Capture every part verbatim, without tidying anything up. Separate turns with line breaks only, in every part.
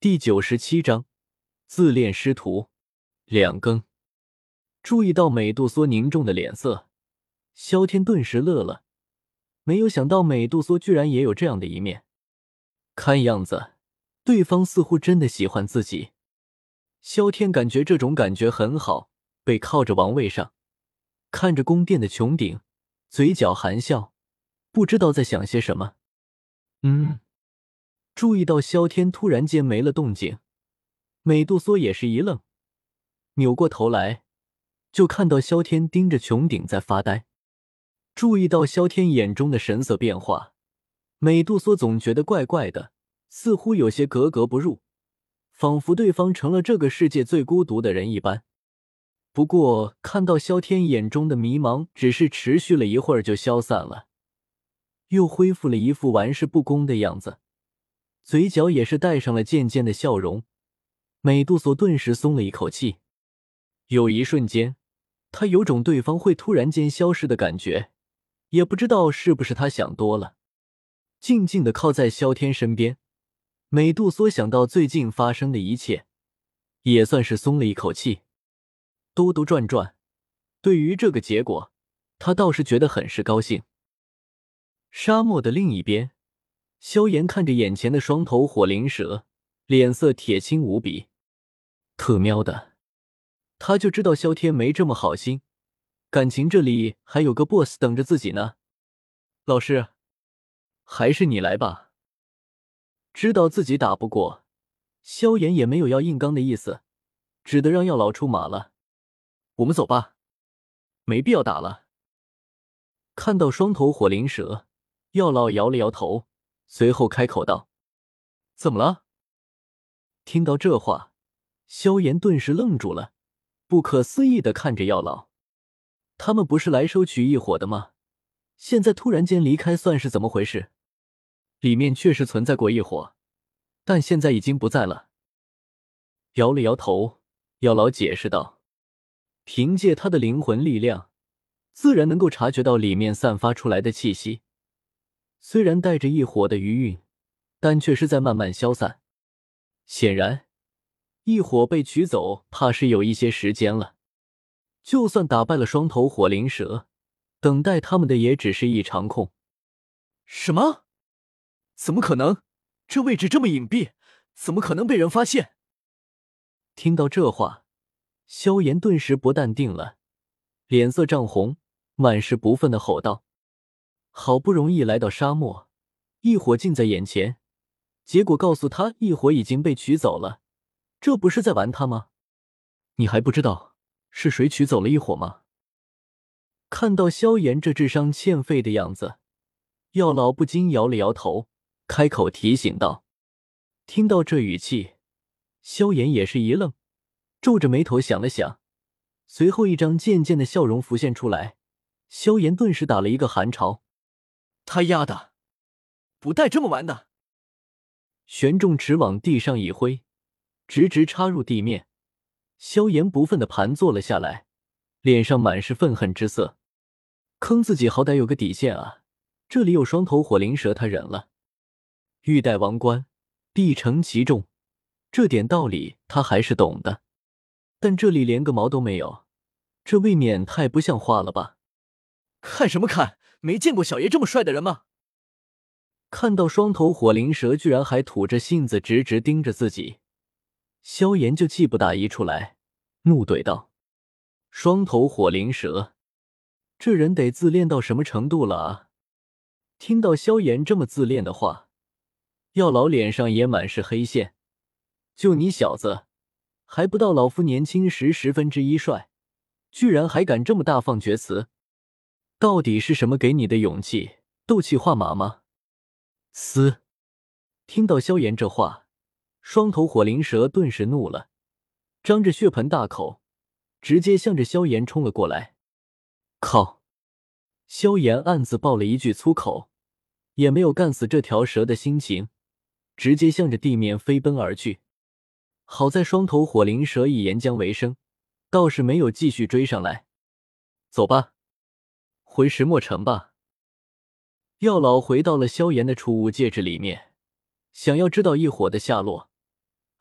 第九十七章自恋师徒。两更。注意到美杜莎凝重的脸色，萧天顿时乐了，没有想到美杜莎居然也有这样的一面。看样子，对方似乎真的喜欢自己。萧天感觉这种感觉很好，背靠着王位上，看着宫殿的穹顶，嘴角含笑，不知道在想些什么。嗯。注意到萧天突然间没了动静，美杜莎也是一愣，扭过头来就看到萧天盯着穹顶在发呆。注意到萧天眼中的神色变化，美杜莎总觉得怪怪的，似乎有些格格不入，仿佛对方成了这个世界最孤独的人一般。不过看到萧天眼中的迷茫只是持续了一会儿就消散了，又恢复了一副玩世不恭的样子，嘴角也是带上了渐渐的笑容。美杜莎顿时松了一口气，有一瞬间她有种对方会突然间消失的感觉，也不知道是不是她想多了。静静地靠在萧天身边，美杜莎想到最近发生的一切，也算是松了一口气。兜兜转转，对于这个结果她倒是觉得很是高兴。沙漠的另一边，萧炎看着眼前的双头火灵蛇，脸色铁青无比。特喵的，他就知道萧天没这么好心，感情这里还有个 boss 等着自己呢。老师，还是你来吧。知道自己打不过，萧炎也没有要硬刚的意思，只得让药老出马了。我们走吧，没必要打了。看到双头火灵蛇，药老摇了摇头，随后开口道：怎么了？听到这话，萧炎顿时愣住了，不可思议地看着药老。他们不是来收取异火的吗？现在突然间离开算是怎么回事？里面确实存在过异火，但现在已经不在了。摇了摇头，药老解释道，凭借他的灵魂力量，自然能够察觉到里面散发出来的气息，虽然带着异火的余韵，但却是在慢慢消散。显然异火被取走怕是有一些时间了，就算打败了双头火灵蛇，等待他们的也只是一场空。
什么？怎么可能？这位置这么隐蔽，怎么可能被人发现？
听到这话，萧炎顿时不淡定了，脸色涨红，满是不忿地吼道：好不容易来到沙漠，异火近在眼前，结果告诉他异火已经被取走了，这不是在玩他吗？你还不知道是谁取走了异火吗？看到萧炎这智商欠费的样子，药老不禁摇了摇头，开口提醒道。听到这语气，萧炎也是一愣，皱着眉头想了想，随后一张渐渐的笑容浮现出来，萧炎顿时打了一个寒潮。
他丫的，不带这么玩的！
玄重尺往地上一挥，直直插入地面。萧炎不忿地盘坐了下来，脸上满是愤恨之色。坑自己好歹有个底线啊，这里有双头火灵蛇他忍了。欲戴王冠，必承其重，这点道理他还是懂的。但这里连个毛都没有，这未免太不像话了吧？
看什么看？没见过小爷这么帅的人吗？
看到双头火灵蛇居然还吐着信子直直盯着自己，萧炎就气不打一处来，怒怼道：双头火灵蛇，这人得自恋到什么程度了啊？听到萧炎这么自恋的话，药老脸上也满是黑线。就你小子，还不到老夫年轻时十分之一帅，居然还敢这么大放厥词，到底是什么给你的勇气？斗气化马吗？嘶！听到萧炎这话，双头火灵蛇顿时怒了，张着血盆大口，直接向着萧炎冲了过来。靠！萧炎暗自爆了一句粗口，也没有干死这条蛇的心情，直接向着地面飞奔而去。好在双头火灵蛇以岩浆为生，倒是没有继续追上来。走吧，回石墨城吧。药老回到了萧炎的储物戒指里面，想要知道异火的下落，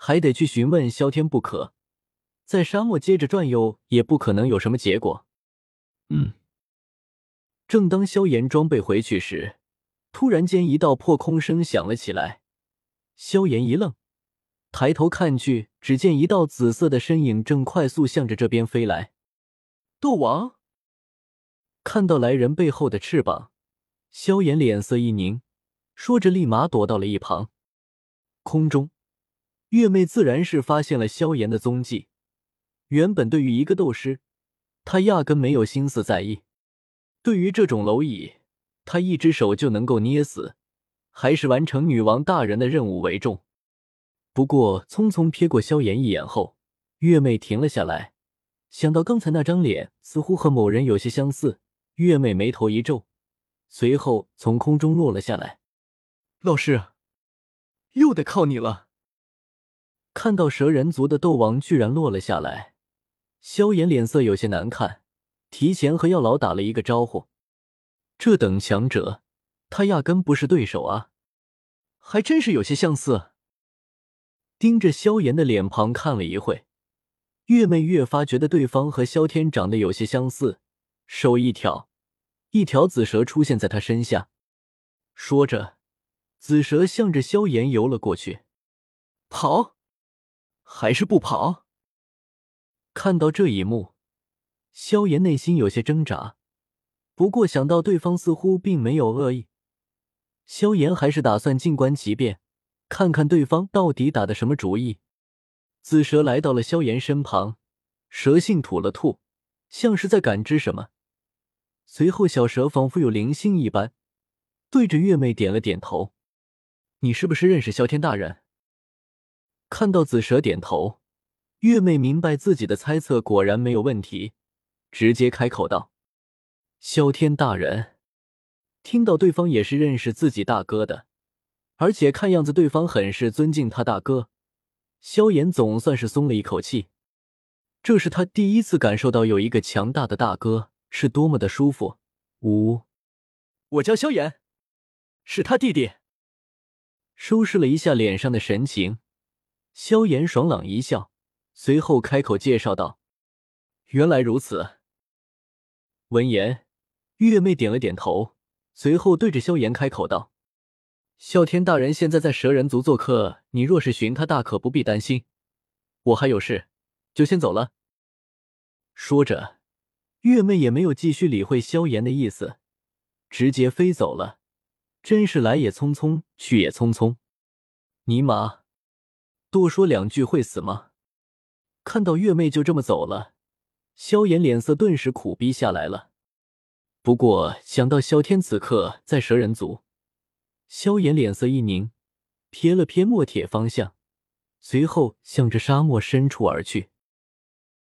还得去询问萧天不可。在沙漠接着转悠也不可能有什么结果。嗯。正当萧炎装备回去时，突然间一道破空声响了起来。萧炎一愣，抬头看去，只见一道紫色的身影正快速向着这边飞来。
斗王！
看到来人背后的翅膀，萧炎脸色一凝，说着立马躲到了一旁。空中，月妹自然是发现了萧炎的踪迹。原本对于一个斗师，他压根没有心思在意。对于这种蝼蚁，他一只手就能够捏死，还是完成女王大人的任务为重。不过匆匆瞥过萧炎一眼后，月妹停了下来，想到刚才那张脸似乎和某人有些相似，月妹眉头一皱，随后从空中落了下来。
老师，又得靠你了。
看到蛇人族的斗王居然落了下来，萧炎脸色有些难看，提前和药老打了一个招呼。这等强者，他压根不是对手啊。
还真是有些相似。
盯着萧炎的脸庞看了一会，月妹越发觉得对方和萧天长得有些相似，手一挑，一条紫蛇出现在他身下。说着，紫蛇向着萧炎游了过去。
跑？还是不跑？
看到这一幕，萧炎内心有些挣扎，不过想到对方似乎并没有恶意，萧炎还是打算静观其变，看看对方到底打的什么主意。紫蛇来到了萧炎身旁，蛇信吐了吐，像是在感知什么。随后小蛇仿佛有灵性一般，对着月妹点了点头。你是不是认识萧天大人？看到紫蛇点头，月妹明白自己的猜测果然没有问题，直接开口道：萧天大人。听到对方也是认识自己大哥的，而且看样子对方很是尊敬他大哥，萧炎总算是松了一口气。这是他第一次感受到有一个强大的大哥是多么的舒服。呜，
我叫萧炎，是他弟弟。
收拾了一下脸上的神情，萧炎爽朗一笑，随后开口介绍道：原来如此。闻言，月妹点了点头，随后对着萧炎开口道：萧天大人现在在蛇人族做客，你若是寻他大可不必担心，我还有事，就先走了。说着，月妹也没有继续理会萧炎的意思，直接飞走了。真是来也匆匆，去也匆匆。尼玛，多说两句会死吗？看到月妹就这么走了，萧炎脸色顿时苦逼下来了。不过想到萧天此刻在蛇人族，萧炎脸色一凝，瞥了瞥墨铁方向，随后向着沙漠深处而去。